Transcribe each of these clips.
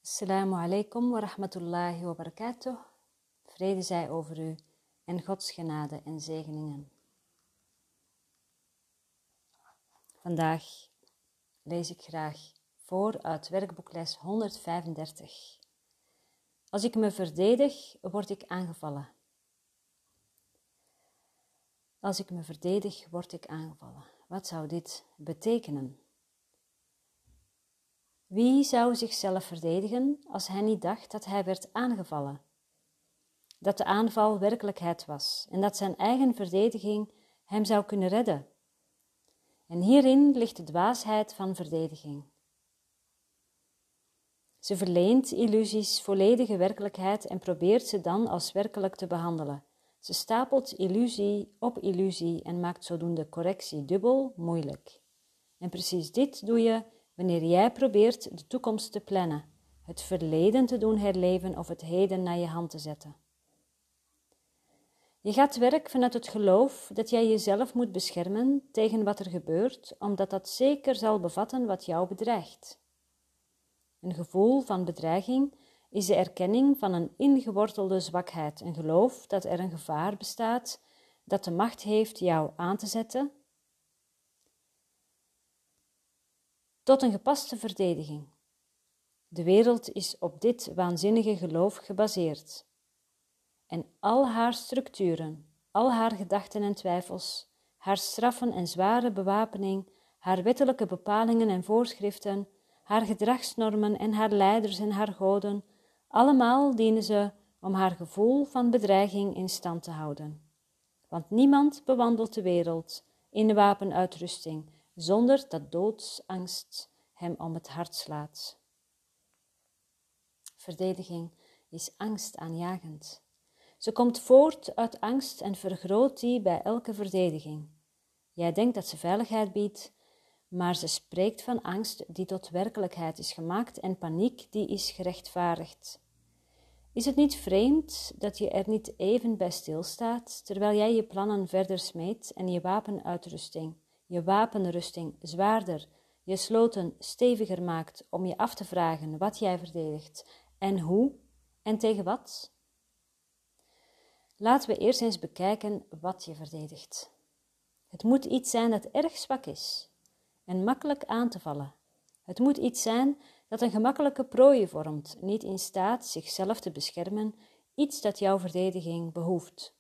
Assalamu alaikum wa rahmatullahi wa barakatuh. Vrede zij over u en Gods genade en zegeningen. Vandaag lees ik graag voor uit werkboekles 135. Als ik me verdedig, word ik aangevallen. Als ik me verdedig, word ik aangevallen. Wat zou dit betekenen? Wie zou zichzelf verdedigen als hij niet dacht dat hij werd aangevallen? Dat de aanval werkelijkheid was en dat zijn eigen verdediging hem zou kunnen redden. En hierin ligt de dwaasheid van verdediging. Ze verleent illusies volledige werkelijkheid en probeert ze dan als werkelijk te behandelen. Ze stapelt illusie op illusie en maakt zodoende correctie dubbel moeilijk. En precies dit doe je wanneer jij probeert de toekomst te plannen, het verleden te doen herleven of het heden naar je hand te zetten. Je gaat te werk vanuit het geloof dat jij jezelf moet beschermen tegen wat er gebeurt, omdat dat zeker zal bevatten wat jou bedreigt. Een gevoel van bedreiging is de erkenning van een ingewortelde zwakheid, een geloof dat er een gevaar bestaat dat de macht heeft jou aan te zetten tot een gepaste verdediging. De wereld is op dit waanzinnige geloof gebaseerd. En al haar structuren, al haar gedachten en twijfels, haar straffen en zware bewapening, haar wettelijke bepalingen en voorschriften, haar gedragsnormen en haar leiders en haar goden, allemaal dienen ze om haar gevoel van bedreiging in stand te houden. Want niemand bewandelt de wereld in de wapenuitrusting zonder dat doodsangst hem om het hart slaat. Verdediging is angstaanjagend. Ze komt voort uit angst en vergroot die bij elke verdediging. Jij denkt dat ze veiligheid biedt, maar ze spreekt van angst die tot werkelijkheid is gemaakt en paniek die is gerechtvaardigd. Is het niet vreemd dat je er niet even bij stilstaat, terwijl jij je plannen verder smeedt en je wapenrusting zwaarder, je sloten steviger maakt om je af te vragen wat jij verdedigt en hoe en tegen wat? Laten we eerst eens bekijken wat je verdedigt. Het moet iets zijn dat erg zwak is en makkelijk aan te vallen. Het moet iets zijn dat een gemakkelijke prooi vormt, niet in staat zichzelf te beschermen, iets dat jouw verdediging behoeft.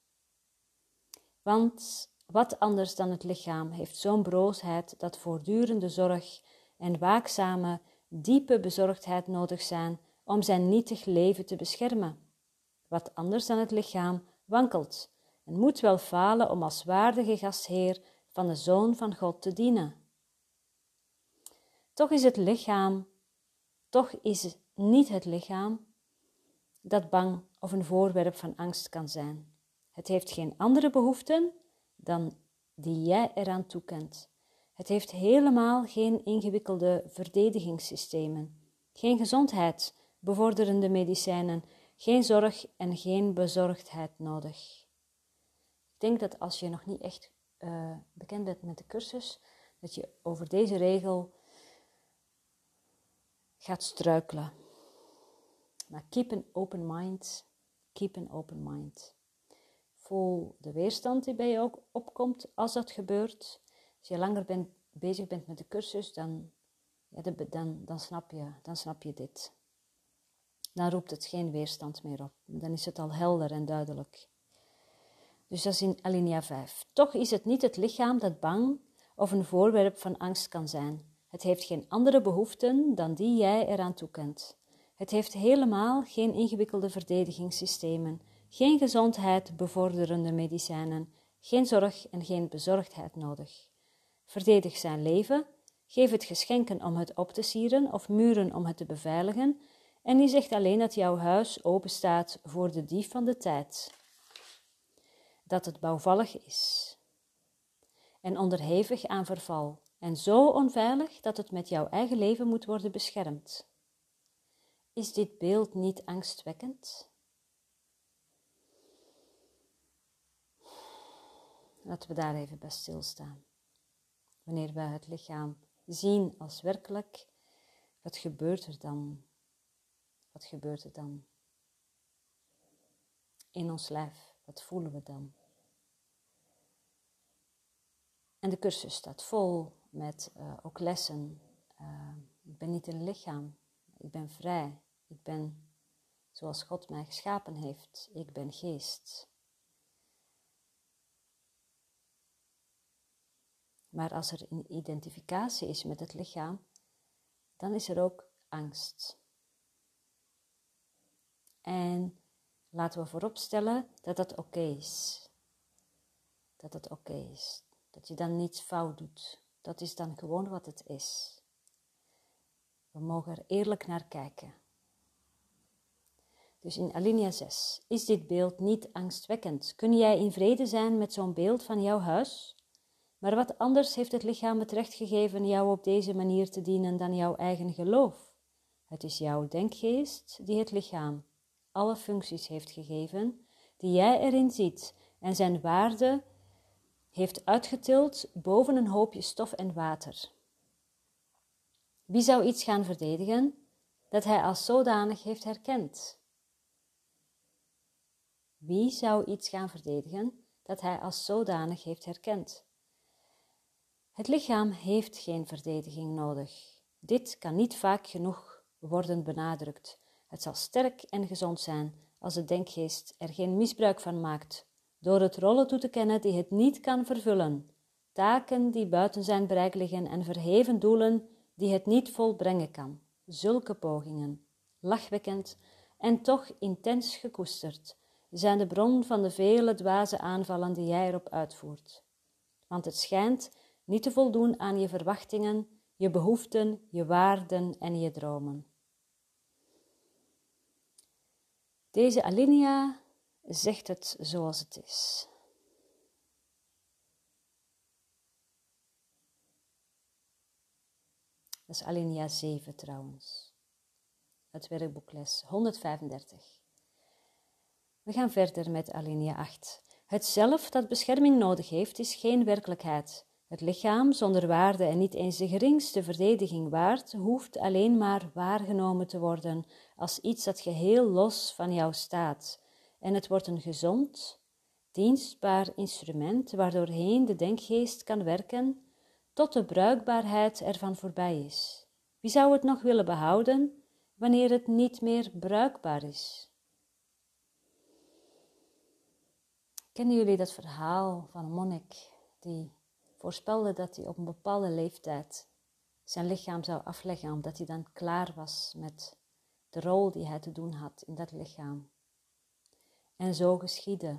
Want wat anders dan het lichaam heeft zo'n broosheid dat voortdurende zorg en waakzame, diepe bezorgdheid nodig zijn om zijn nietig leven te beschermen. Wat anders dan het lichaam wankelt en moet wel falen om als waardige gastheer van de Zoon van God te dienen. Toch is niet het lichaam dat bang of een voorwerp van angst kan zijn. Het heeft geen andere behoeften dan die jij eraan toekent. Het heeft helemaal geen ingewikkelde verdedigingssystemen, geen gezondheid, bevorderende medicijnen, geen zorg en geen bezorgdheid nodig. Ik denk dat als je nog niet echt bekend bent met de cursus, dat je over deze regel gaat struikelen. Maar keep an open mind, keep an open mind. Voel de weerstand die bij je ook opkomt als dat gebeurt. Als je langer bezig bent met de cursus, dan snap je dit. Dan roept het geen weerstand meer op. Dan is het al helder en duidelijk. Dus dat is in alinea 5. Toch is het niet het lichaam dat bang of een voorwerp van angst kan zijn. Het heeft geen andere behoeften dan die jij eraan toekent. Het heeft helemaal geen ingewikkelde verdedigingssystemen, geen gezondheid bevorderende medicijnen, geen zorg en geen bezorgdheid nodig. Verdedig zijn leven, geef het geschenken om het op te sieren of muren om het te beveiligen en die zegt alleen dat jouw huis open staat voor de dief van de tijd. Dat het bouwvallig is en onderhevig aan verval en zo onveilig dat het met jouw eigen leven moet worden beschermd. Is dit beeld niet angstwekkend? Laten we daar even bij stilstaan. Wanneer we het lichaam zien als werkelijk, wat gebeurt er dan? wat gebeurt er dan? In ons lijf, wat voelen we dan? En de cursus staat vol met ook lessen. Ik ben niet een lichaam, ik ben vrij. Ik ben zoals God mij geschapen heeft. Ik ben geest. Maar als er een identificatie is met het lichaam, dan is er ook angst. En laten we vooropstellen dat dat oké is. Dat het oké is. Dat je dan niets fout doet. Dat is dan gewoon wat het is. We mogen er eerlijk naar kijken. Dus in alinea 6. Is dit beeld niet angstwekkend? Kun jij in vrede zijn met zo'n beeld van jouw huis? Maar wat anders heeft het lichaam het recht gegeven jou op deze manier te dienen dan jouw eigen geloof? Het is jouw denkgeest die het lichaam alle functies heeft gegeven, die jij erin ziet en zijn waarde heeft uitgetild boven een hoopje stof en water. Wie zou iets gaan verdedigen dat hij als zodanig heeft herkend? Wie zou iets gaan verdedigen dat hij als zodanig heeft herkend? Het lichaam heeft geen verdediging nodig. Dit kan niet vaak genoeg worden benadrukt. Het zal sterk en gezond zijn als de denkgeest er geen misbruik van maakt, door het rollen toe te kennen die het niet kan vervullen, taken die buiten zijn bereik liggen en verheven doelen die het niet volbrengen kan. Zulke pogingen, lachwekkend en toch intens gekoesterd, zijn de bron van de vele dwaze aanvallen die jij erop uitvoert. Want het schijnt niet te voldoen aan je verwachtingen, je behoeften, je waarden en je dromen. Deze alinea zegt het zoals het is. Dat is alinea 7 trouwens. Het werkboekles 135. We gaan verder met alinea 8. Het zelf dat bescherming nodig heeft, is geen werkelijkheid. Het lichaam, zonder waarde en niet eens de geringste verdediging waard, hoeft alleen maar waargenomen te worden als iets dat geheel los van jou staat. En het wordt een gezond, dienstbaar instrument waardoorheen de denkgeest kan werken tot de bruikbaarheid ervan voorbij is. Wie zou het nog willen behouden wanneer het niet meer bruikbaar is? Kennen jullie dat verhaal van een monnik die voorspelde dat hij op een bepaalde leeftijd zijn lichaam zou afleggen, omdat hij dan klaar was met de rol die hij te doen had in dat lichaam? En zo geschiedde.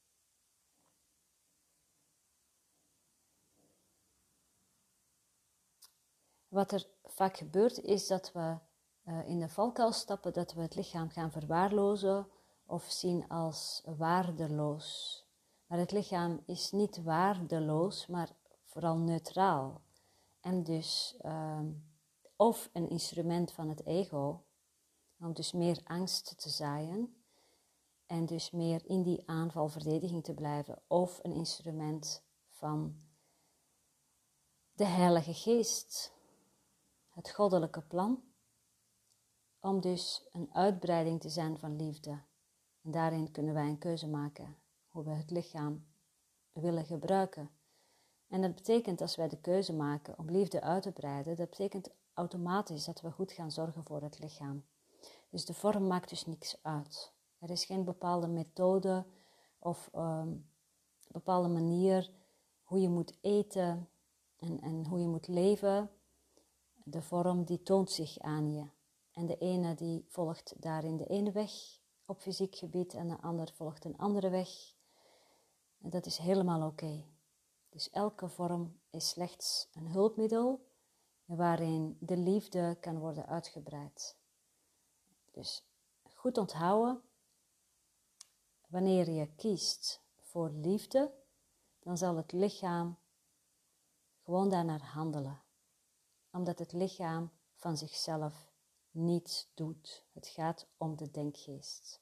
Wat er vaak gebeurt is dat we in de valkuil stappen, dat we het lichaam gaan verwaarlozen of zien als waardeloos. Maar het lichaam is niet waardeloos, maar vooral neutraal. En dus of een instrument van het ego, om dus meer angst te zaaien en dus meer in die aanvalverdediging te blijven, of een instrument van de Heilige Geest, het goddelijke plan, om dus een uitbreiding te zijn van liefde. En daarin kunnen wij een keuze maken, hoe we het lichaam willen gebruiken. En dat betekent, als wij de keuze maken om liefde uit te breiden, dat betekent automatisch dat we goed gaan zorgen voor het lichaam. Dus de vorm maakt dus niks uit. Er is geen bepaalde methode of bepaalde manier hoe je moet eten en hoe je moet leven. De vorm die toont zich aan je. En de ene die volgt daarin de ene weg op fysiek gebied en de ander volgt een andere weg. En dat is helemaal oké. Dus elke vorm is slechts een hulpmiddel waarin de liefde kan worden uitgebreid. Dus goed onthouden, wanneer je kiest voor liefde, dan zal het lichaam gewoon daarnaar handelen. Omdat het lichaam van zichzelf niets doet. Het gaat om de denkgeest.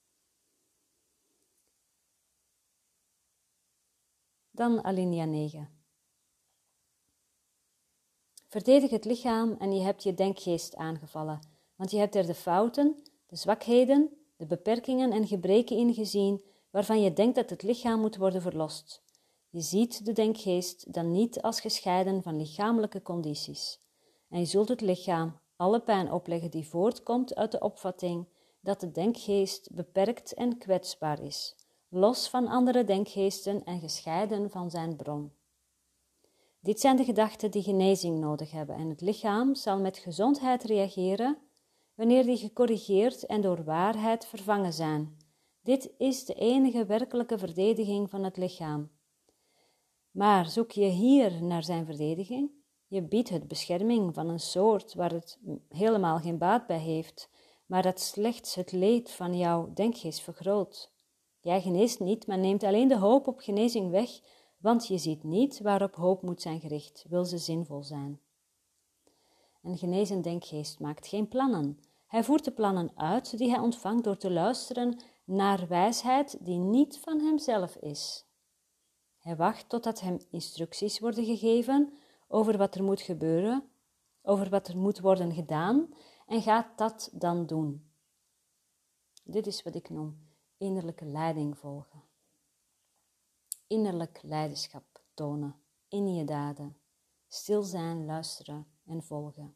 Dan alinea 9. Verdedig het lichaam en je hebt je denkgeest aangevallen, want je hebt er de fouten de zwakheden, de beperkingen en gebreken ingezien waarvan je denkt dat het lichaam moet worden verlost. Je ziet de denkgeest dan niet als gescheiden van lichamelijke condities. En je zult het lichaam alle pijn opleggen die voortkomt uit de opvatting dat de denkgeest beperkt en kwetsbaar is, los van andere denkgeesten en gescheiden van zijn bron. Dit zijn de gedachten die genezing nodig hebben en het lichaam zal met gezondheid reageren wanneer die gecorrigeerd en door waarheid vervangen zijn. Dit is de enige werkelijke verdediging van het lichaam. Maar zoek je hier naar zijn verdediging? Je biedt het bescherming van een soort waar het helemaal geen baat bij heeft, maar dat slechts het leed van jouw denkgeest vergroot. Jij geneest niet, maar neemt alleen de hoop op genezing weg, want je ziet niet waarop hoop moet zijn gericht, wil ze zinvol zijn. Een genezen denkgeest maakt geen plannen. Hij voert de plannen uit die hij ontvangt door te luisteren naar wijsheid die niet van hemzelf is. Hij wacht totdat hem instructies worden gegeven over wat er moet gebeuren, over wat er moet worden gedaan en gaat dat dan doen. Dit is wat ik noem innerlijke leiding volgen. Innerlijk leiderschap tonen in je daden. Stil zijn, luisteren en volgen.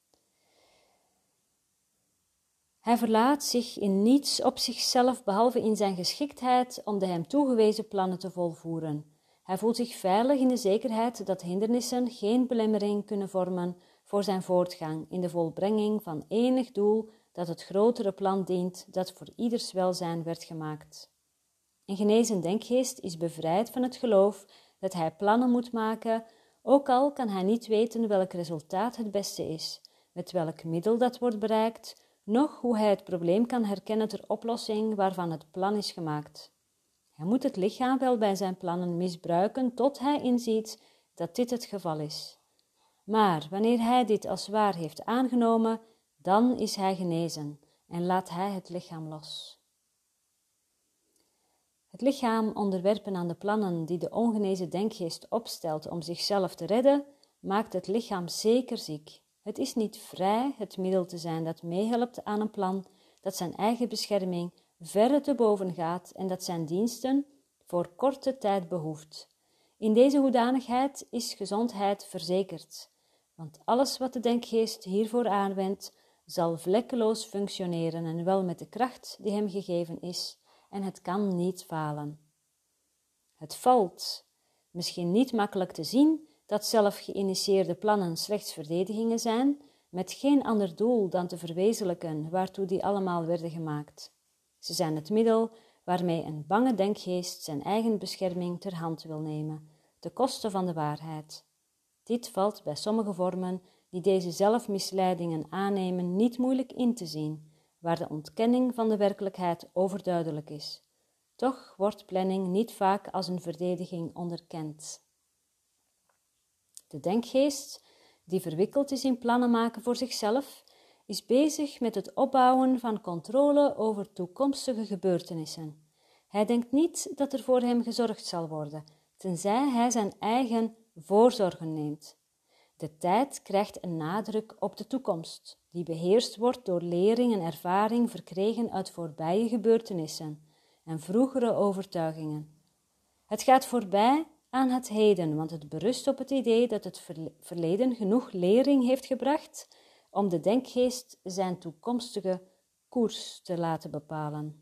Hij verlaat zich in niets op zichzelf behalve in zijn geschiktheid om de hem toegewezen plannen te volvoeren. Hij voelt zich veilig in de zekerheid dat hindernissen geen belemmering kunnen vormen voor zijn voortgang in de volbrenging van enig doel dat het grotere plan dient dat voor ieders welzijn werd gemaakt. Een genezen denkgeest is bevrijd van het geloof dat hij plannen moet maken, ook al kan hij niet weten welk resultaat het beste is, met welk middel dat wordt bereikt, noch hoe hij het probleem kan herkennen ter oplossing waarvan het plan is gemaakt. Hij moet het lichaam wel bij zijn plannen misbruiken tot hij inziet dat dit het geval is. Maar wanneer hij dit als waar heeft aangenomen, dan is hij genezen en laat hij het lichaam los. Het lichaam onderwerpen aan de plannen die de ongenezen denkgeest opstelt om zichzelf te redden, maakt het lichaam zeker ziek. Het is niet vrij het middel te zijn dat meehelpt aan een plan dat zijn eigen bescherming verre te boven gaat en dat zijn diensten voor korte tijd behoeft. In deze hoedanigheid is gezondheid verzekerd, want alles wat de denkgeest hiervoor aanwendt, zal vlekkeloos functioneren en wel met de kracht die hem gegeven is, en het kan niet falen. Het valt misschien niet makkelijk te zien dat zelf geïnitieerde plannen slechts verdedigingen zijn, met geen ander doel dan te verwezenlijken waartoe die allemaal werden gemaakt. Ze zijn het middel waarmee een bange denkgeest zijn eigen bescherming ter hand wil nemen, ten koste van de waarheid. Dit valt bij sommige vormen die deze zelfmisleidingen aannemen niet moeilijk in te zien, waar de ontkenning van de werkelijkheid overduidelijk is. Toch wordt planning niet vaak als een verdediging onderkend. De denkgeest, die verwikkeld is in plannen maken voor zichzelf, is bezig met het opbouwen van controle over toekomstige gebeurtenissen. Hij denkt niet dat er voor hem gezorgd zal worden, tenzij hij zijn eigen voorzorgen neemt. De tijd krijgt een nadruk op de toekomst, die beheerst wordt door lering en ervaring verkregen uit voorbije gebeurtenissen en vroegere overtuigingen. Het gaat voorbij aan het heden, want het berust op het idee dat het verleden genoeg lering heeft gebracht om de denkgeest zijn toekomstige koers te laten bepalen.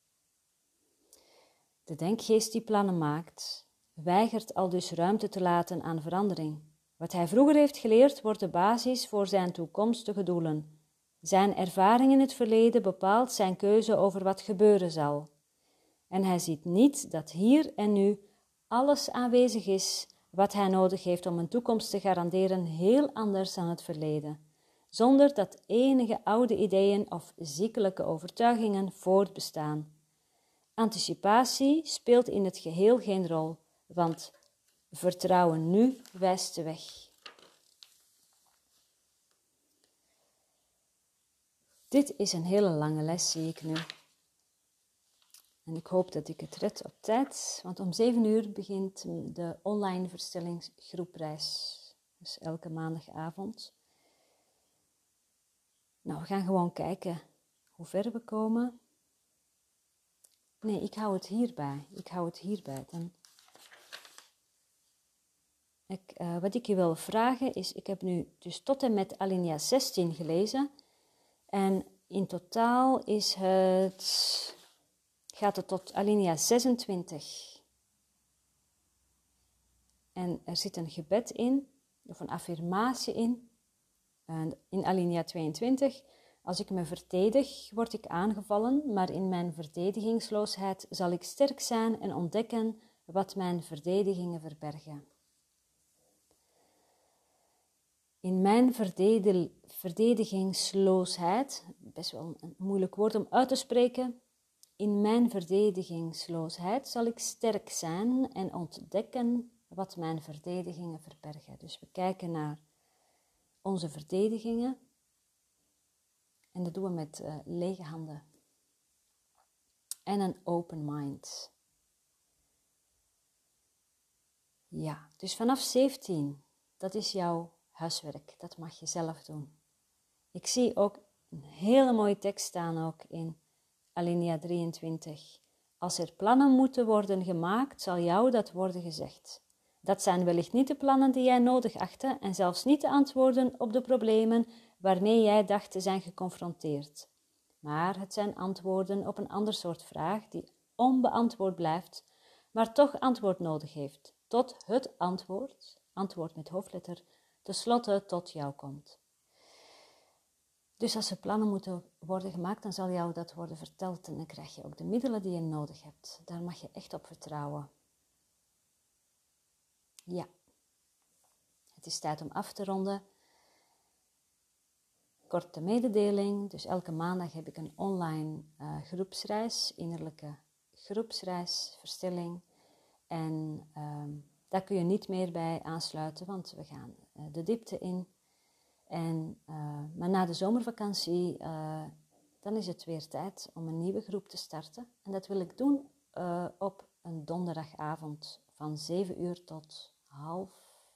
De denkgeest die plannen maakt, weigert aldus ruimte te laten aan verandering. Wat hij vroeger heeft geleerd, wordt de basis voor zijn toekomstige doelen. Zijn ervaring in het verleden bepaalt zijn keuze over wat gebeuren zal. En hij ziet niet dat hier en nu alles aanwezig is wat hij nodig heeft om een toekomst te garanderen heel anders dan het verleden, zonder dat enige oude ideeën of ziekelijke overtuigingen voortbestaan. Anticipatie speelt in het geheel geen rol, want vertrouwen nu wijst de weg. Dit is een hele lange les, zie ik nu. En ik hoop dat ik het red op tijd, want om 7 uur begint de online verstellingsgroepreis. Dus elke maandagavond. Nou, we gaan gewoon kijken hoe ver we komen. Nee, ik hou het hierbij. Wat ik je wil vragen is, ik heb nu dus tot en met alinea 16 gelezen. En in totaal gaat het tot alinea 26. En er zit een gebed in, of een affirmatie in. En in alinea 22, als ik me verdedig, word ik aangevallen, maar in mijn verdedigingsloosheid zal ik sterk zijn en ontdekken wat mijn verdedigingen verbergen. In mijn verdedigingsloosheid, best wel een moeilijk woord om uit te spreken, in mijn verdedigingsloosheid zal ik sterk zijn en ontdekken wat mijn verdedigingen verbergen. Dus we kijken naar onze verdedigingen en dat doen we met lege handen en een open mind. Ja, dus vanaf 17, dat is jouw huiswerk, dat mag je zelf doen. Ik zie ook een hele mooie tekst staan ook in alinea 23. Als er plannen moeten worden gemaakt, zal jou dat worden gezegd. Dat zijn wellicht niet de plannen die jij nodig achtte en zelfs niet de antwoorden op de problemen waarmee jij dacht te zijn geconfronteerd. Maar het zijn antwoorden op een ander soort vraag die onbeantwoord blijft, maar toch antwoord nodig heeft, tot het antwoord met hoofdletter, tenslotte tot jou komt. Dus als er plannen moeten worden gemaakt, dan zal jou dat worden verteld en dan krijg je ook de middelen die je nodig hebt. Daar mag je echt op vertrouwen. Ja, het is tijd om af te ronden. Korte mededeling, dus elke maandag heb ik een online groepsreis, innerlijke groepsreis, verstilling. En daar kun je niet meer bij aansluiten, want we gaan de diepte in. Maar na de zomervakantie, dan is het weer tijd om een nieuwe groep te starten. En dat wil ik doen op een donderdagavond van 7 uur tot half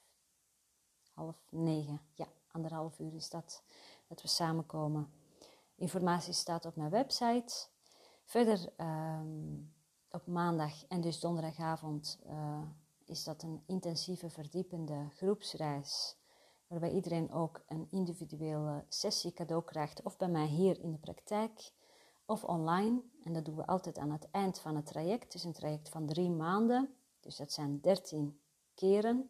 9. Ja, 1,5 uur is dat we samenkomen. Informatie staat op mijn website. Verder op maandag en dus donderdagavond is dat een intensieve verdiepende groepsreis, waarbij iedereen ook een individuele sessie cadeau krijgt, of bij mij hier in de praktijk, of online. En dat doen we altijd aan het eind van het traject. Het is een traject van 3 maanden, dus dat zijn 13 keren.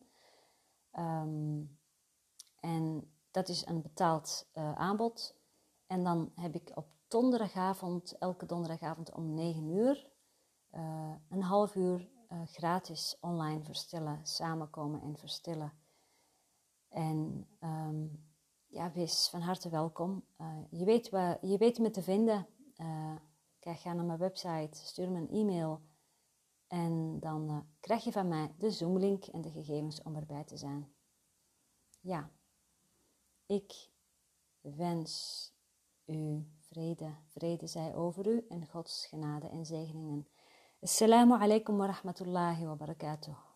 En dat is een betaald aanbod. En dan heb ik op donderdagavond, elke donderdagavond om 9 uur, een half uur gratis online verstillen, samenkomen en verstillen. En ja, wees van harte welkom. Je weet me te vinden. Kijk, ga naar mijn website, stuur me een e-mail. En dan krijg je van mij de Zoom-link en de gegevens om erbij te zijn. Ja, ik wens u vrede. Vrede zij over u en Gods genade en zegeningen. Assalamu alaikum wa rahmatullahi wa barakatuh.